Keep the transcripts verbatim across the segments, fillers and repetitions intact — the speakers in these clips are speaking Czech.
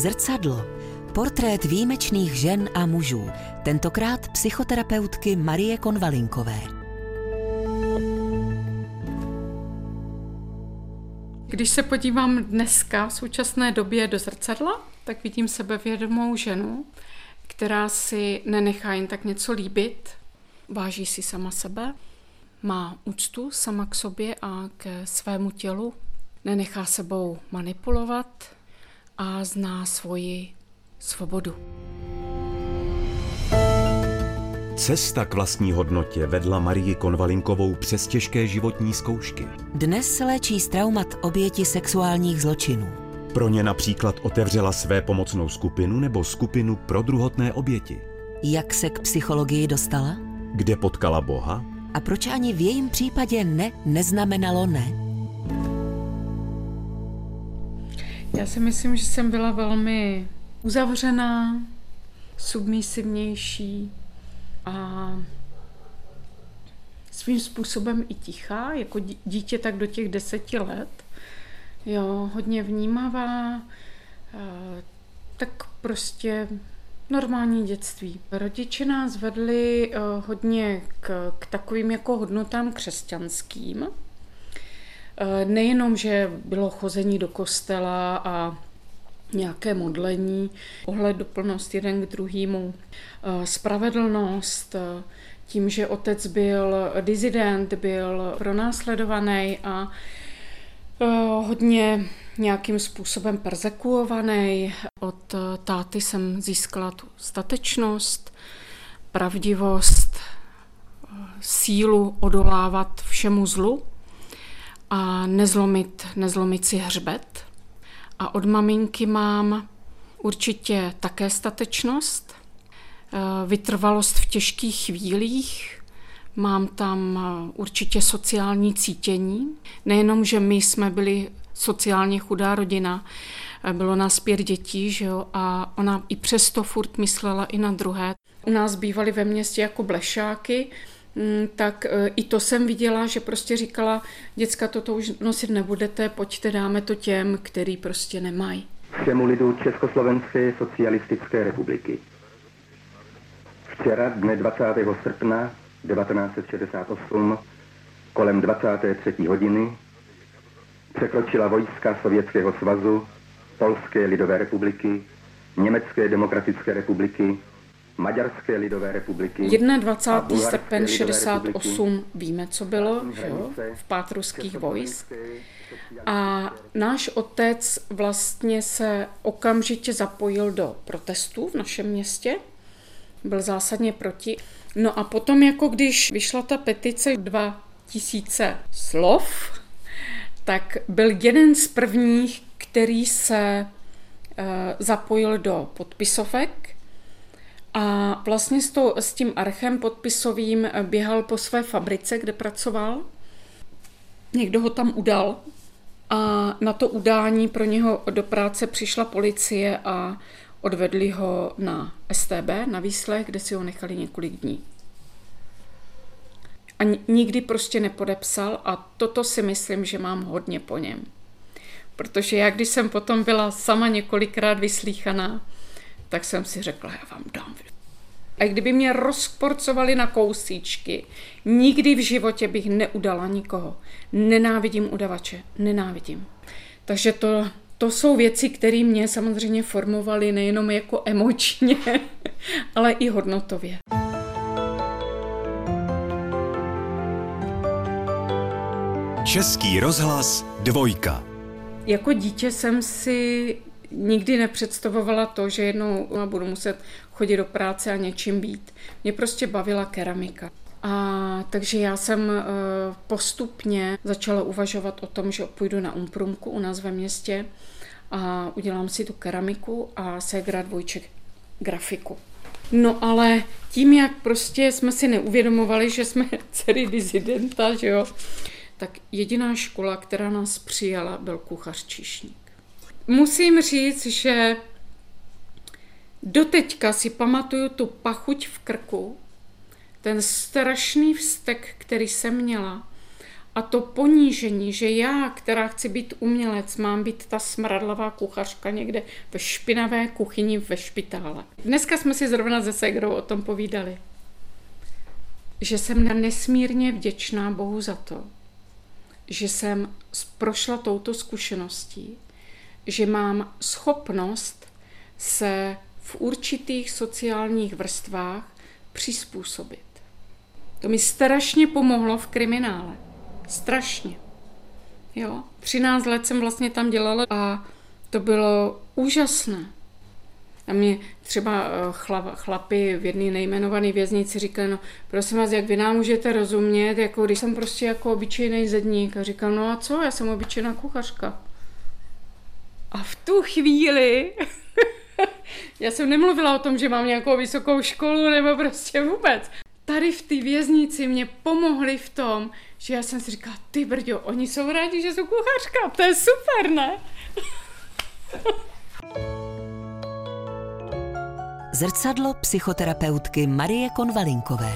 Zrcadlo. Portrét výjimečných žen a mužů. Tentokrát psychoterapeutky Marie Konvalinkové. Když se podívám dneska v současné době do zrcadla, tak vidím sebevědomou ženu, která si nenechá jen tak něco líbit, váží si sama sebe, má úctu sama k sobě a ke svému tělu, nenechá sebou manipulovat a zná svoji svobodu. Cesta k vlastní hodnotě vedla Marii Konvalinkovou přes těžké životní zkoušky. Dnes se léčí z traumat oběti sexuálních zločinů. Pro ně například otevřela své pomocnou skupinu nebo skupinu pro druhotné oběti. Jak se k psychologii dostala? Kde potkala Boha? A proč ani v jejím případě ne neznamenalo ne? Já si myslím, že jsem byla velmi uzavřená, submisivnější a svým způsobem i tichá, jako dítě tak do těch deseti let. Jo, hodně vnímavá, tak prostě normální dětství. Rodiče nás vedli hodně k, k takovým jako hodnotám křesťanským. Nejenom, že bylo chození do kostela a nějaké modlení, ohleduplnost jeden k druhému, spravedlnost, tím, že otec byl disident, byl pronásledovaný a hodně nějakým způsobem perzekuovaný. Od táty jsem získala tu statečnost, pravdivost, sílu odolávat všemu zlu a nezlomit, nezlomit si hřbet. A od maminky mám určitě také statečnost, vytrvalost v těžkých chvílích, mám tam určitě sociální cítění. Nejenom, že my jsme byli sociálně chudá rodina, bylo nás pět dětí, že jo, a ona i přesto furt myslela i na druhé. U nás bývali ve městě jako blešáky, tak i to jsem viděla, že prostě říkala, děcka, toto už nosit nebudete, pojďte, dáme to těm, který prostě nemají. Všemu lidu Československé socialistické republiky. Včera, dne dvacátého srpna devatenáct set šedesát osm, kolem dvacáté třetí hodiny, překročila vojska Sovětského svazu, Polské lidové republiky, Německé demokratické republiky, Maďarské lidové republiky. dvacátého prvního srpen šedesát osm víme, co bylo, že jo, v pád ruských vojsk. A náš otec vlastně se okamžitě zapojil do protestů v našem městě. Byl zásadně proti. No a potom, jako když vyšla ta petice dva tisíce slov, tak byl jeden z prvních, který se e, zapojil do podpisovek a vlastně s, to, s tím archem podpisovým běhal po své fabrice, kde pracoval. Někdo ho tam udal a na to udání pro něho do práce přišla policie a odvedli ho na S T B, na výslech, kde si ho nechali několik dní. A nikdy prostě nepodepsal a toto si myslím, že mám hodně po něm. Protože já, když jsem potom byla sama několikrát vyslýchaná, tak jsem si řekla, já vám dám. A kdyby mě rozporcovali na kousíčky, nikdy v životě bych neudala nikoho. Nenávidím udavače, nenávidím. Takže to, to jsou věci, které mě samozřejmě formovaly nejenom jako emočně, ale i hodnotově. Český rozhlas dvojka. Jako dítě jsem si nikdy nepředstavovala to, že jednou budu muset chodit do práce a něčím být. Mě prostě bavila keramika. A takže já jsem postupně začala uvažovat o tom, že půjdu na umprumku u nás ve městě a udělám si tu keramiku a ségra dvojček grafiku. No ale tím, jak prostě jsme si neuvědomovali, že jsme dcery disidenta, že jo, tak jediná škola, která nás přijala, byl kuchař číšník. Musím říct, že doteďka si pamatuju tu pachuť v krku, ten strašný vztek, který jsem měla A to ponížení, že já, která chci být umělec, mám být ta smradlavá kuchařka někde ve špinavé kuchyni ve špitále. Dneska jsme si zrovna se ségrou o tom povídali. Že jsem nesmírně vděčná Bohu za to, že jsem prošla touto zkušeností, že mám schopnost se v určitých sociálních vrstvách přizpůsobit. To mi strašně pomohlo v kriminále. Strašně. Jo? třináct let jsem vlastně tam dělala a to bylo úžasné. A mě třeba chlapi v jedné nejmenované věznici říkali, no prosím vás, jak vy nám můžete rozumět, jako když jsem prostě jako obyčejný zedník. A říkal, no a co, já jsem obyčejná kuchařka. A v tu chvíli, já jsem nemluvila o tom, že mám nějakou vysokou školu, nebo prostě vůbec. Tady v té věznici mě pomohli v tom, že já jsem si říkala, ty brďo, oni jsou rádi, že jsou kuchařka, to je super, ne? Zrcadlo psychoterapeutky Marie Konvalinkové.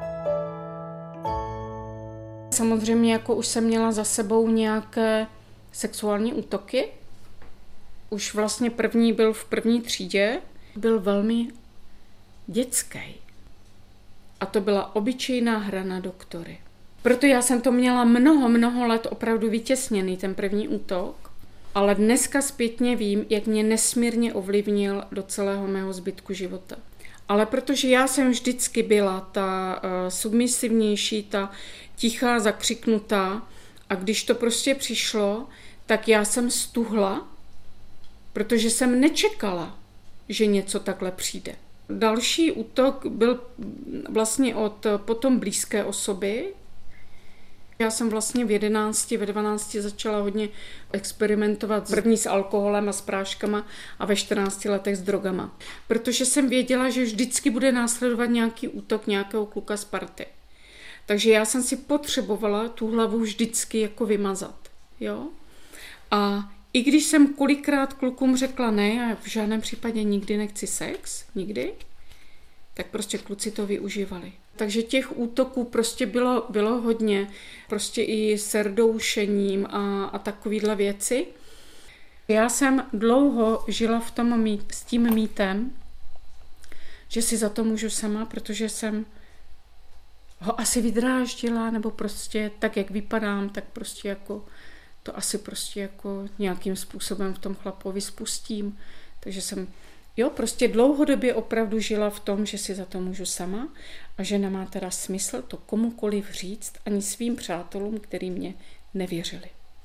Samozřejmě jako už jsem měla za sebou nějaké sexuální útoky. Už vlastně první byl v první třídě, byl velmi dětský. A to byla obyčejná hra na doktory. Proto já jsem to měla mnoho, mnoho let opravdu vytěsněný, ten první útok. Ale dneska zpětně vím, jak mě nesmírně ovlivnil do celého mého zbytku života. Ale protože já jsem vždycky byla ta uh, submisivnější, ta tichá, zakřiknutá, a když to prostě přišlo, tak já jsem stuhla, protože jsem nečekala, že něco takhle přijde. Další útok byl vlastně od potom blízké osoby. Já jsem vlastně v jedenácti, ve dvanácti začala hodně experimentovat první s alkoholem a s práškama a ve čtrnácti letech s drogama. Protože jsem věděla, že vždycky bude následovat nějaký útok nějakého kluka z party. Takže já jsem si potřebovala tu hlavu vždycky jako vymazat. Jo? A i když jsem kolikrát klukům řekla ne, já v žádném případě nikdy nechci sex, nikdy, tak prostě kluci to využívali. Takže těch útoků prostě bylo, bylo hodně, prostě i serdoušením a, a takovýhle věci. Já jsem dlouho žila v tom mít, s tím mýtem, že si za to můžu sama, protože jsem ho asi vydráždila, nebo prostě tak, jak vypadám, tak prostě jako to asi prostě jako nějakým způsobem v tom chlapovi spustím. Takže jsem, jo, prostě dlouhodobě opravdu žila v tom, že si za to můžu sama a že nemá teda smysl to komukoliv říct, ani svým přátelům, který mě nevěřili.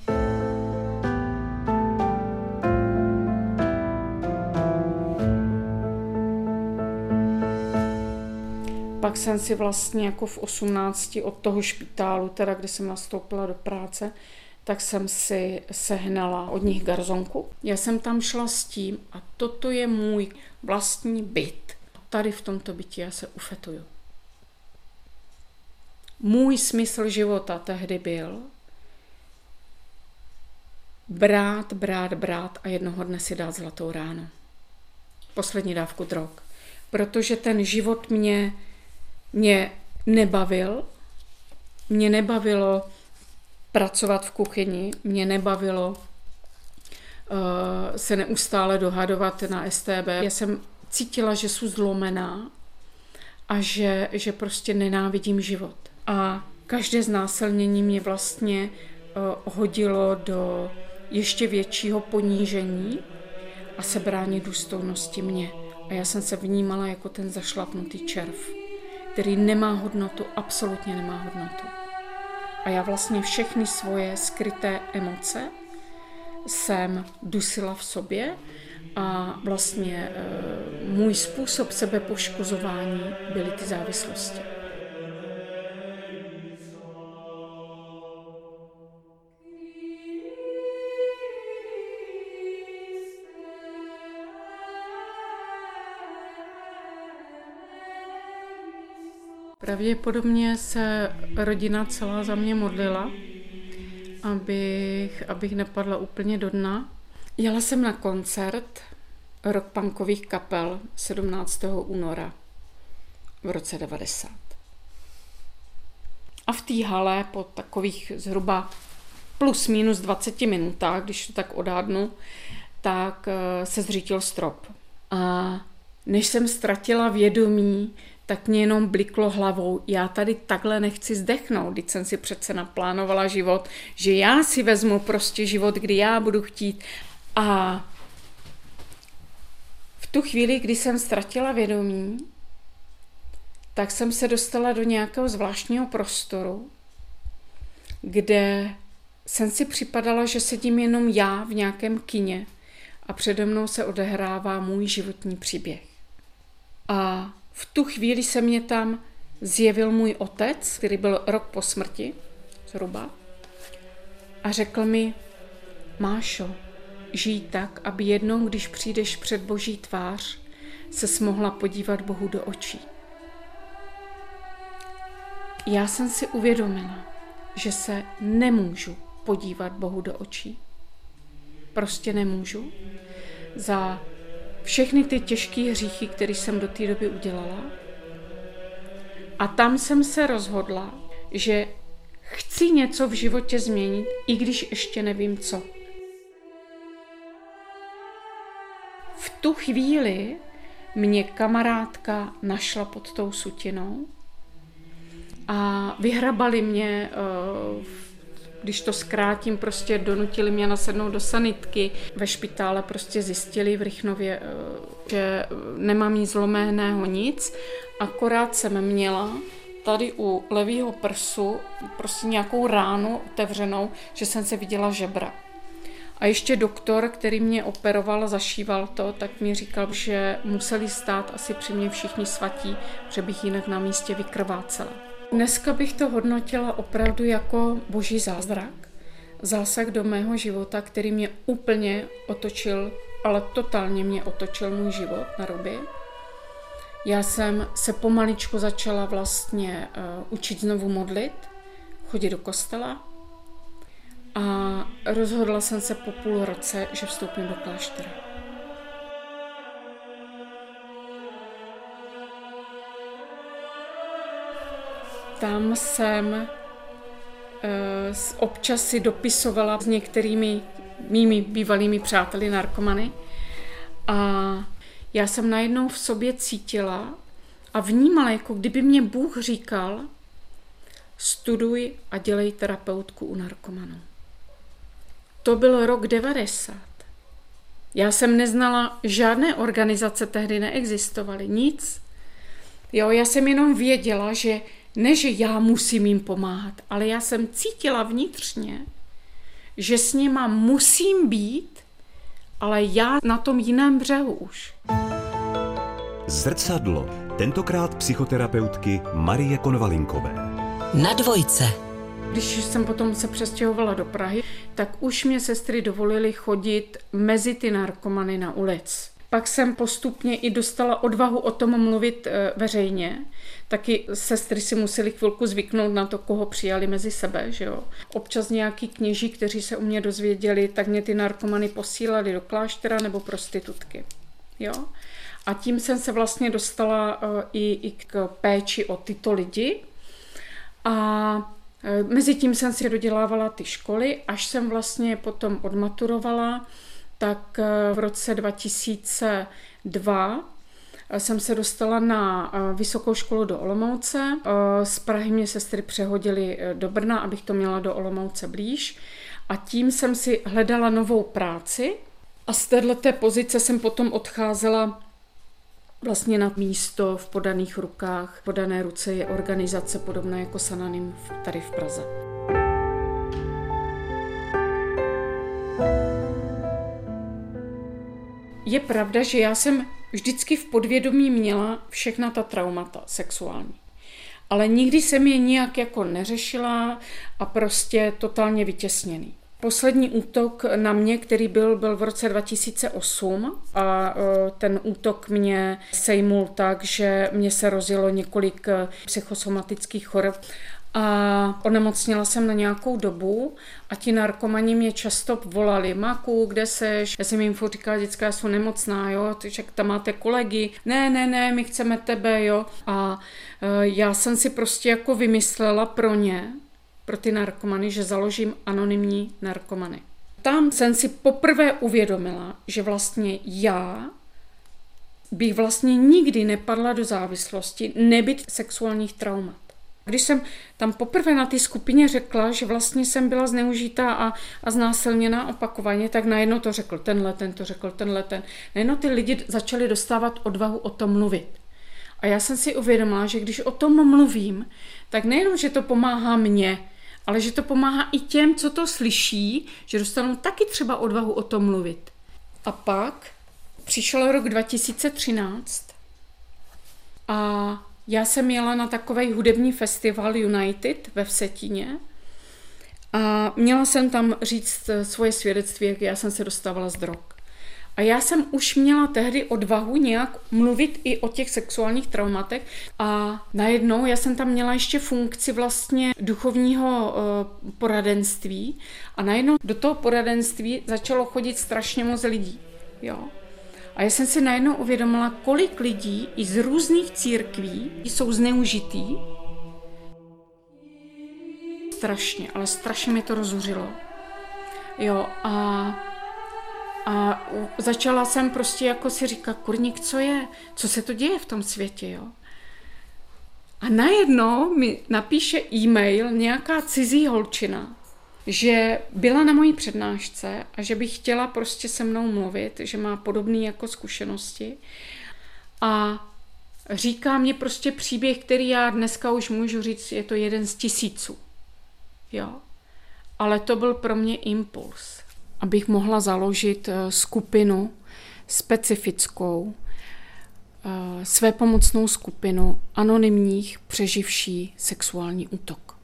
Pak jsem si vlastně jako v osmnácti od toho špitálu, teda kde jsem nastoupila do práce, tak jsem si sehnala od nich garzonku. Já jsem tam šla s tím a toto je můj vlastní byt. Tady v tomto bytě já se ufetuju. Můj smysl života tehdy byl brát, brát, brát a jednoho dne si dát zlatou ránu. Poslední dávku drog. Protože ten život mě, mě nebavil. Mě nebavilo pracovat v kuchyni, mě nebavilo uh, se neustále dohadovat na S T B. Já jsem cítila, že jsem zlomená a že, že prostě nenávidím život. A každé znásilnění mě vlastně uh, hodilo do ještě většího ponížení a sebrání důstojnosti mě. A já jsem se vnímala jako ten zašlapnutý červ, který nemá hodnotu, absolutně nemá hodnotu. A já vlastně všechny svoje skryté emoce jsem dusila v sobě a vlastně e, můj způsob sebepoškozování byly ty závislosti. Pravděpodobně se rodina celá za mě modlila, abych, abych nepadla úplně do dna. Jela jsem na koncert rock punkových kapel sedmnáctého února v roce devadesát. A A v té hale po takových zhruba plus minus dvacet minutách, když to tak odhadnu, tak se zřítil strop. A než jsem ztratila vědomí, tak mě jenom bliklo hlavou, já tady takhle nechci zdechnout, když jsem si přece naplánovala život, že já si vezmu prostě život, kdy já budu chtít. A v tu chvíli, kdy jsem ztratila vědomí, tak jsem se dostala do nějakého zvláštního prostoru, kde jsem si připadala, že sedím jenom já v nějakém kině a přede mnou se odehrává můj životní příběh. A v tu chvíli se mě tam zjevil můj otec, který byl rok po smrti, zhruba, a řekl mi, Mášo, žij tak, aby jednou, když přijdeš před Boží tvář, ses mohla podívat Bohu do očí. Já jsem si uvědomila, že se nemůžu podívat Bohu do očí. Prostě nemůžu. Za všechny ty těžké hříchy, které jsem do té doby udělala. A tam jsem se rozhodla, že chci něco v životě změnit, i když ještě nevím co. V tu chvíli mě kamarádka našla pod tou sutinou a vyhrabali mě, když to zkrátím, prostě donutili mě nasednout do sanitky. Ve špitále prostě zjistili v Rychnově, že nemám nic zlomeného nic, akorát jsem měla tady u levého prsu prostě nějakou ránu otevřenou, že jsem se viděla žebra. A ještě doktor, který mě operoval, zašíval to, tak mi říkal, že museli stát asi při mě všichni svatí, že bych jinak na místě vykrvácela. Dneska bych to hodnotila opravdu jako boží zázrak, zásah do mého života, který mě úplně otočil, ale totálně mě otočil můj život na ruby. Já jsem se pomaličku začala vlastně uh, učit znovu modlit, chodit do kostela a rozhodla jsem se po půl roce, že vstoupím do kláštera. Tam jsem uh, občas si dopisovala s některými mými bývalými přáteli narkomany a já jsem najednou v sobě cítila a vnímala, jako kdyby mě Bůh říkal, studuj a dělej terapeutku u narkomanů. To byl rok devadesát. Já jsem neznala, žádné organizace tehdy neexistovaly, nic. Jo, já jsem jenom věděla, že ne, že já musím jim pomáhat, ale já jsem cítila vnitřně, že s nima musím být, ale já na tom jiném břehu už. Zrcadlo, tentokrát psychoterapeutky Marie Konvalinkové. Na dvojce. Když jsem potom se přestěhovala do Prahy, tak už mě sestry dovolily chodit mezi ty narkomany na ulic. Pak jsem postupně i dostala odvahu o tom mluvit e, veřejně. Taky sestry si museli chvilku zvyknout na to, koho přijali mezi sebe. Že jo? Občas nějaký kněží, kteří se u mě dozvěděli, tak mě ty narkomany posílali do kláštera nebo prostitutky. Jo? A tím jsem se vlastně dostala e, i, i k péči o tyto lidi. A e, mezi tím jsem si dodělávala ty školy, až jsem vlastně potom odmaturovala, tak v roce dva tisíce dva jsem se dostala na vysokou školu do Olomouce. Z Prahy mě sestry přehodily do Brna, abych to měla do Olomouce blíž. A tím jsem si hledala novou práci a z této pozice jsem potom odcházela vlastně na místo v Podaných rukách. Podané ruce je organizace podobná jako Sananim tady v Praze. Je pravda, že já jsem vždycky v podvědomí měla všechna ta traumata sexuální. Ale nikdy jsem je nijak jako neřešila a prostě totálně vytěsněný. Poslední útok na mě, který byl, byl v roce dva tisíce osm a ten útok mě sejmul tak, že mě se rozjelo několik psychosomatických chorob A onemocněla jsem na nějakou dobu a ti narkomani mě často volali: Maku, kde seš? Já jsem jim furt říkala: děcka, já jsem nemocná, jo, však tam máte kolegy. Ne, ne, ne, my chceme tebe, jo. A e, já jsem si prostě jako vymyslela pro ně, pro ty narkomany, že založím anonymní narkomany. Tam jsem si poprvé uvědomila, že vlastně já bych vlastně nikdy nepadla do závislosti, nebyt sexuálních traumat. Když jsem tam poprvé na té skupině řekla, že vlastně jsem byla zneužitá a, a znásilněná opakovaně, tak najednou to řekl tenhle, ten to řekl tenhle, ten. Najednou ty lidi začali dostávat odvahu o tom mluvit. A já jsem si uvědomila, že když o tom mluvím, tak nejenom, že to pomáhá mně, ale že to pomáhá i těm, co to slyší, že dostanou taky třeba odvahu o tom mluvit. A pak přišel rok dva tisíce třináct a já jsem jela na takovej hudební festival United ve Vsetíně a měla jsem tam říct svoje svědectví, jak já jsem se dostávala z drog. A já jsem už měla tehdy odvahu nějak mluvit i o těch sexuálních traumatech a najednou já jsem tam měla ještě funkci vlastně duchovního uh, poradenství a najednou do toho poradenství začalo chodit strašně moc lidí. Jo. A já jsem si najednou uvědomila, kolik lidí i z různých církví jsou zneužitý. Strašně, ale strašně mě to rozzuřilo. Jo, a, a začala jsem prostě jako si říkat: kurník, co je? Co se to děje v tom světě, jo? A najednou mi napíše e-mail nějaká cizí holčina, že byla na mojí přednášce a že by chtěla prostě se mnou mluvit, že má podobné jako zkušenosti. A říká mě prostě příběh, který já dneska už můžu říct, je to jeden z tisíců. Jo. Ale to byl pro mě impuls, abych mohla založit skupinu specifickou, svépomocnou skupinu anonymních přeživší sexuální útok.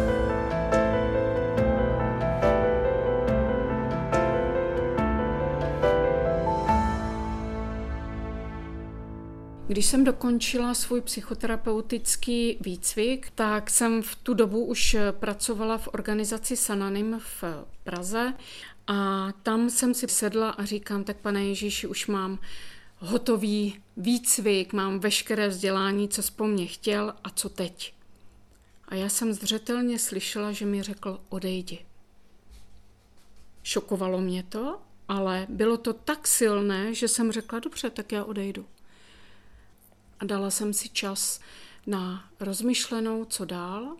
Když jsem dokončila svůj psychoterapeutický výcvik, tak jsem v tu dobu už pracovala v organizaci Sananim v Praze a tam jsem si sedla a říkám: tak Pane Ježíši, už mám hotový výcvik, mám veškeré vzdělání, co jsi po mně chtěl a co teď. A já jsem zřetelně slyšela, že mi řekl: odejdi. Šokovalo mě to, ale bylo to tak silné, že jsem řekla: dobře, tak já odejdu. A dala jsem si čas na rozmyšlenou, co dál.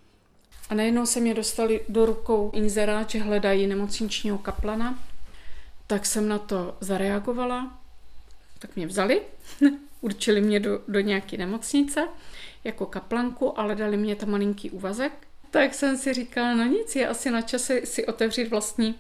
A najednou se mě dostali do rukou inzerát, že hledají nemocničního kaplana. Tak jsem na to zareagovala. Tak mě vzali, určili mě do, do nějaké nemocnice jako kaplanku, ale dali mě tam malinký úvazek. Tak jsem si říkala: no nic, je asi na čase si otevřít vlastní,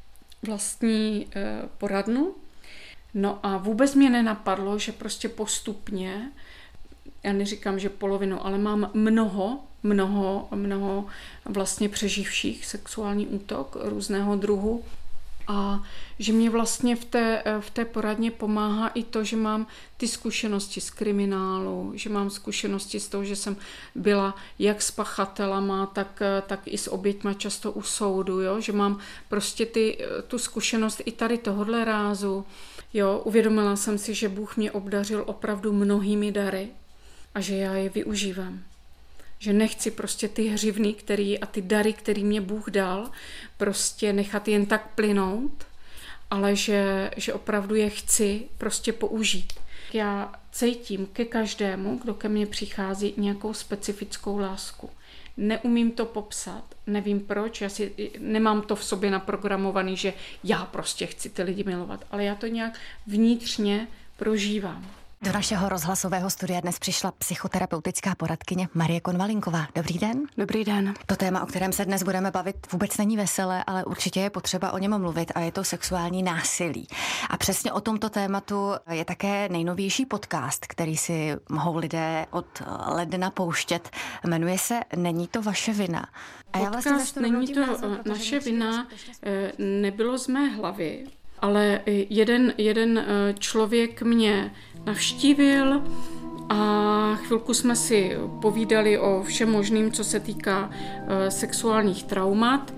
vlastní eh, poradnu. No a vůbec mě nenapadlo, že prostě postupně, já neříkám, že polovinu, ale mám mnoho, mnoho, mnoho vlastně přeživších sexuální útok různého druhu a že mě vlastně v té, v té poradně pomáhá i to, že mám ty zkušenosti z kriminálu, že mám zkušenosti z toho, že jsem byla jak s pachatelama, tak, tak i s oběťma často u soudu, jo? Že mám prostě ty, tu zkušenost i tady tohodle rázu. Jo, uvědomila jsem si, že Bůh mě obdařil opravdu mnohými dary a že já je využívám. Že nechci prostě ty hřivny který, a ty dary, který mě Bůh dal, prostě nechat jen tak plynout, ale že, že opravdu je chci prostě použít. Já cítím ke každému, kdo ke mně přichází, nějakou specifickou lásku. Neumím to popsat, nevím proč, já si nemám to v sobě naprogramovaný, že já prostě chci ty lidi milovat, ale já to nějak vnitřně prožívám. Do našeho rozhlasového studia dnes přišla psychoterapeutická poradkyně Marie Konvalinková. Dobrý den. Dobrý den. To téma, o kterém se dnes budeme bavit, vůbec není veselé, ale určitě je potřeba o něm mluvit a je to sexuální násilí. A přesně o tomto tématu je také nejnovější podcast, který si mohou lidé od ledna pouštět. Jmenuje se Není to vaše vina. A já vlastně podcast Není to název, naše vina nebylo z mé hlavy, ale jeden, jeden člověk mě navštívil a chvilku jsme si povídali o všem možným, co se týká e, sexuálních traumat.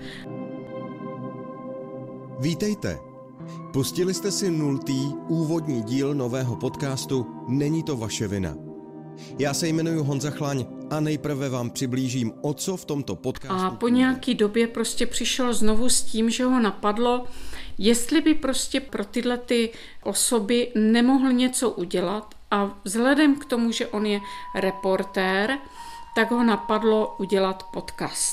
Vítejte. Pustili jste si nultý úvodní díl nového podcastu Není to vaše vina. Já se jmenuji Honza Chlaň a nejprve vám přiblížím, o co v tomto podcastu... A po nějaký době prostě přišel znovu s tím, že ho napadlo, jestli by prostě pro tyhle ty osoby nemohl něco udělat, a vzhledem k tomu, že on je reportér, tak ho napadlo udělat podcast.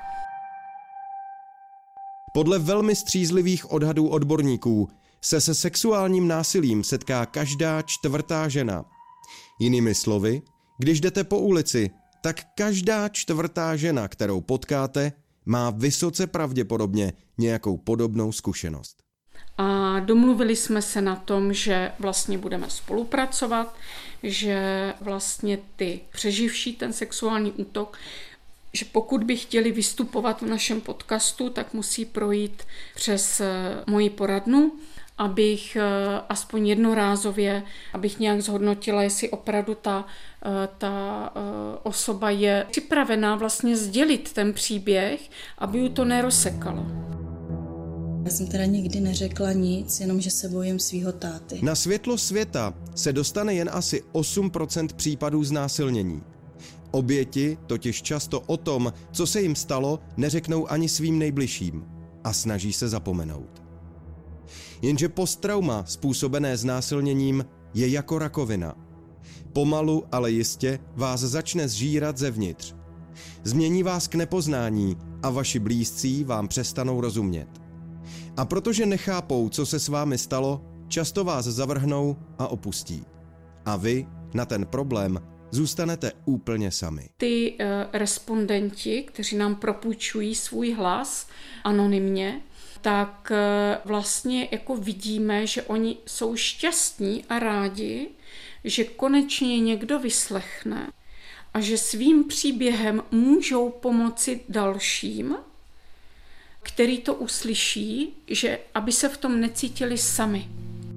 Podle velmi střízlivých odhadů odborníků se se sexuálním násilím setká každá čtvrtá žena. Jinými slovy, když jdete po ulici, tak každá čtvrtá žena, kterou potkáte, má vysoce pravděpodobně nějakou podobnou zkušenost. A domluvili jsme se na tom, že vlastně budeme spolupracovat, že vlastně ty přeživší ten sexuální útok, že pokud by chtěli vystupovat v našem podcastu, tak musí projít přes moji poradnu, abych aspoň jednorázově, abych nějak zhodnotila, jestli opravdu ta, ta osoba je připravená vlastně sdělit ten příběh, aby ju to nerozsekalo. Já jsem teda nikdy neřekla nic, jenom že se bojím svýho táty. Na světlo světa se dostane jen asi osm procent případů znásilnění. Oběti totiž často o tom, co se jim stalo, neřeknou ani svým nejbližším a snaží se zapomenout. Jenže posttrauma způsobené znásilněním je jako rakovina. Pomalu, ale jistě vás začne zžírat zevnitř. Změní vás k nepoznání a vaši blízcí vám přestanou rozumět. A protože nechápou, co se s vámi stalo, často vás zavrhnou a opustí. A vy na ten problém zůstanete úplně sami. Ty uh, respondenti, kteří nám propůjčují svůj hlas anonymně, tak uh, vlastně jako vidíme, že oni jsou šťastní a rádi, že konečně někdo vyslechne a že svým příběhem můžou pomoci dalším, který to uslyší, že aby se v tom necítili sami.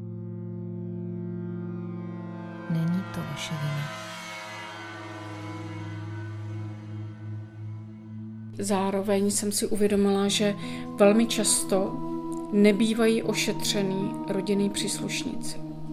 Není to vaše vina. Zároveň jsem si uvědomila, že velmi často nebývají ošetřený rodinní příslušníci.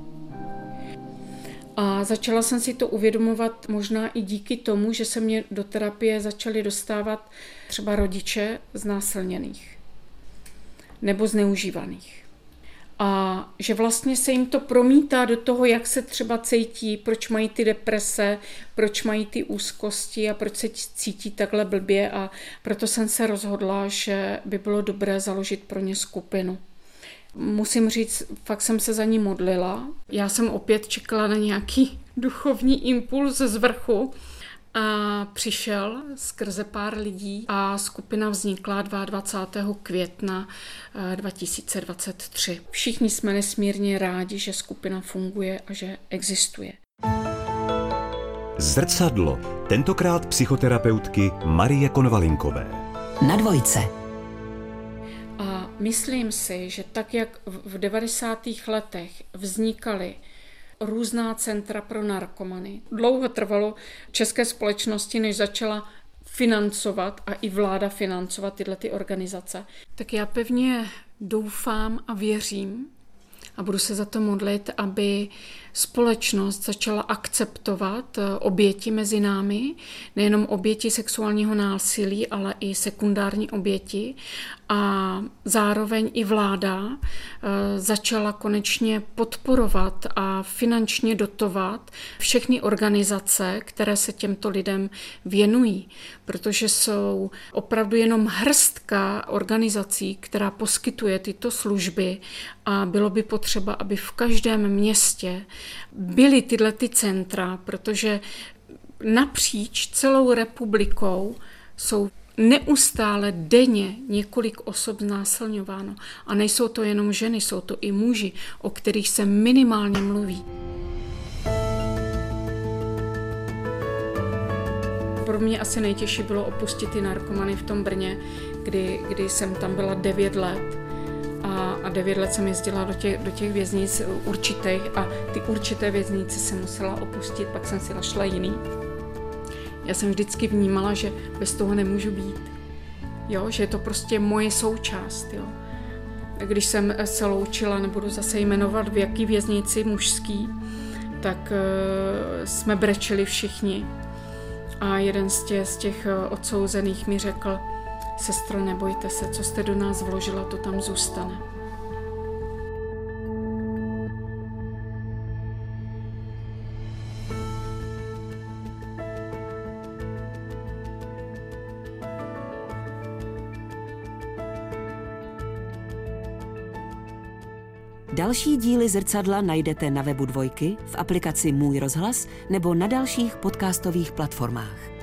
A začala jsem si to uvědomovat možná i díky tomu, že se mě do terapie začaly dostávat třeba rodiče znásilněných nebo zneužívaných. A že vlastně se jim to promítá do toho, jak se třeba cítí, proč mají ty deprese, proč mají ty úzkosti a proč se cítí takhle blbě. A proto jsem se rozhodla, že by bylo dobré založit pro ně skupinu. Musím říct, fakt jsem se za ní modlila. Já jsem opět čekala na nějaký duchovní impuls z vrchu a přišel skrze pár lidí a skupina vznikla dvacátého druhého května dva tisíce dvacet tři. Všichni jsme nesmírně rádi, že skupina funguje a že existuje. Zrcadlo, tentokrát psychoterapeutky Marie Konvalinkové. Na dvojce. A myslím si, že tak, jak v devadesátých letech vznikaly různá centra pro narkomany, dlouho trvalo české společnosti, než začala financovat a i vláda financovat tyhle ty organizace. Tak já pevně doufám a věřím a budu se za to modlit, aby společnost začala akceptovat oběti mezi námi, nejenom oběti sexuálního násilí, ale i sekundární oběti. A zároveň i vláda začala konečně podporovat a finančně dotovat všechny organizace, které se těmto lidem věnují, protože jsou opravdu jenom hrstka organizací, která poskytuje tyto služby a bylo by potřeba, aby v každém městě byly tyhle ty centra, protože napříč celou republikou jsou neustále denně několik osob znásilňováno. A nejsou to jenom ženy, jsou to i muži, o kterých se minimálně mluví. Pro mě asi nejtěžší bylo opustit ty narkomany v tom Brně, kdy, kdy jsem tam byla devět let a, a devět let jsem jezdila do těch, do těch věznic určitých a ty určité věznice jsem musela opustit, pak jsem si našla jiný. Já jsem vždycky vnímala, že bez toho nemůžu být, jo? Že je to prostě moje součást. Jo? Když jsem se loučila, nebudu zase jmenovat, v jaký věznici mužský, tak uh, jsme brečeli všichni. A jeden z těch, z těch odsouzených mi řekl: sestro, nebojte se, co jste do nás vložila, to tam zůstane. Další díly Zrcadla najdete na webu Dvojky, v aplikaci Můj rozhlas nebo na dalších podcastových platformách.